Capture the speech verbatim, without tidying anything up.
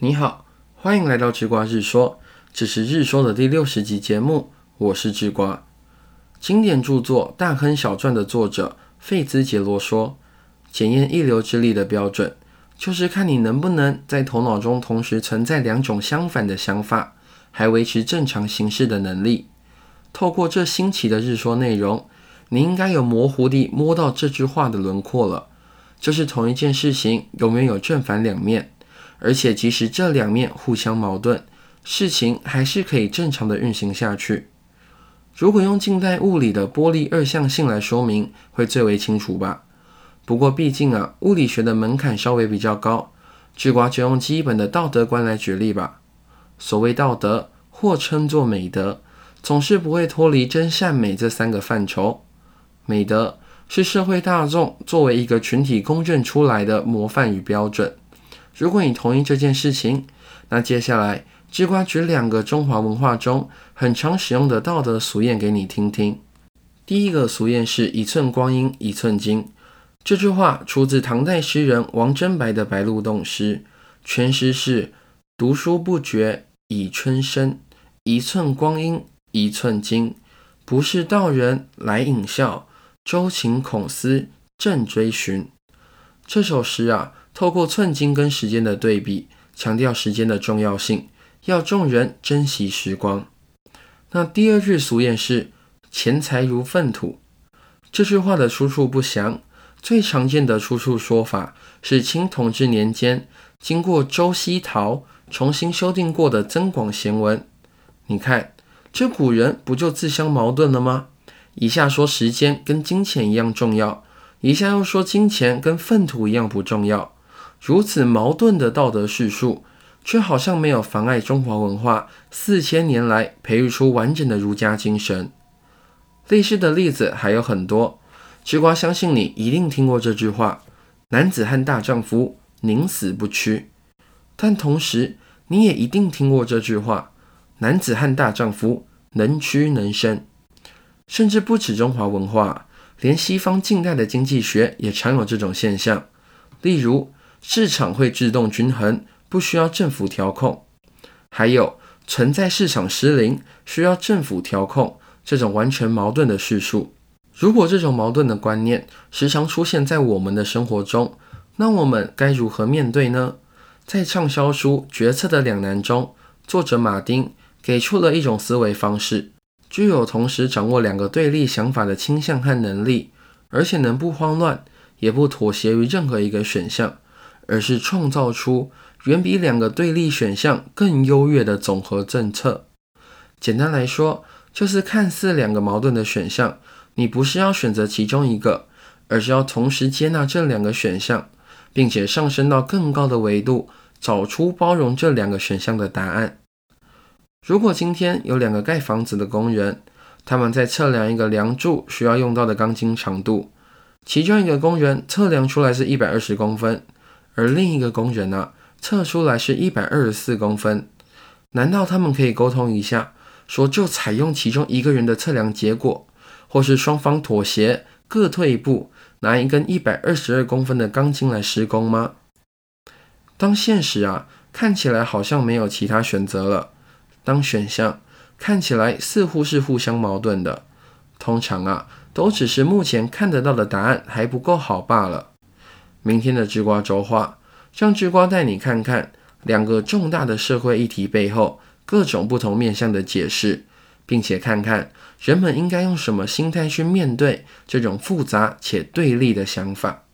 你好，欢迎来到智瓜日说，这是日说的第六十集节目，我是智瓜。经典著作《大亨小传》的作者费兹杰罗说，检验一流之力的标准，就是看你能不能在头脑中同时存在两种相反的想法，还维持正常行事的能力。透过这新奇的日说内容，你应该有模糊地摸到这句话的轮廓了，就是同一件事情永远有正反两面，而且即使这两面互相矛盾，事情还是可以正常的运行下去。如果用近代物理的波粒二象性来说明，会最为清楚吧。不过毕竟啊，物理学的门槛稍微比较高，智瓜就用基本的道德观来举例吧。所谓道德，或称作美德，总是不会脱离真善美这三个范畴。美德是社会大众作为一个群体公认出来的模范与标准。如果你同意这件事情，那接下来智瓜举两个中华文化中很常使用的道德俗谚给你听听。第一个俗谚是一寸光阴一寸金，这句话出自唐代诗人王贞白的《白鹿洞诗》，全诗是读书不觉已春深，一寸光阴一寸金，不是道人来引笑，周秦孔思正追寻。这首诗啊，透过寸金跟时间的对比，强调时间的重要性，要众人珍惜时光。那第二句俗谚是钱财如粪土，这句话的出处不详，最常见的出处说法是清同治年间经过周希陶重新修订过的《增广贤文》。你看，这古人不就自相矛盾了吗？一下说时间跟金钱一样重要，一下又说金钱跟粪土一样不重要，如此矛盾的道德叙述，却好像没有妨碍中华文化四千年来培育出完整的儒家精神。类似的例子还有很多，智瓜相信你一定听过这句话：男子汉大丈夫，宁死不屈。但同时，你也一定听过这句话：男子汉大丈夫，能屈能伸。甚至不止中华文化，连西方近代的经济学也常有这种现象。例如，市场会自动均衡，不需要政府调控；还有存在市场失灵，需要政府调控，这种完全矛盾的叙述。如果这种矛盾的观念时常出现在我们的生活中，那我们该如何面对呢？在畅销书《决策的两难》中，作者马丁给出了一种思维方式，具有同时掌握两个对立想法的倾向和能力，而且能不慌乱，也不妥协于任何一个选项，而是创造出远比两个对立选项更优越的总和政策。简单来说，就是看似两个矛盾的选项，你不是要选择其中一个，而是要同时接纳这两个选项，并且上升到更高的维度，找出包容这两个选项的答案。如果今天有两个盖房子的工人，他们在测量一个梁柱需要用到的钢筋长度，其中一个工人测量出来是一百二十公分，而另一个工人啊，测出来是一百二十四公分。难道他们可以沟通一下，说就采用其中一个人的测量结果，或是双方妥协，各退一步，拿一根一百二十二公分的钢筋来施工吗？当现实啊，看起来好像没有其他选择了，当选项看起来似乎是互相矛盾的，通常啊，都只是目前看得到的答案还不够好罢了。明天的智瓜周话，让智瓜带你看看两个重大的社会议题背后各种不同面向的解释，并且看看人们应该用什么心态去面对这种复杂且对立的想法。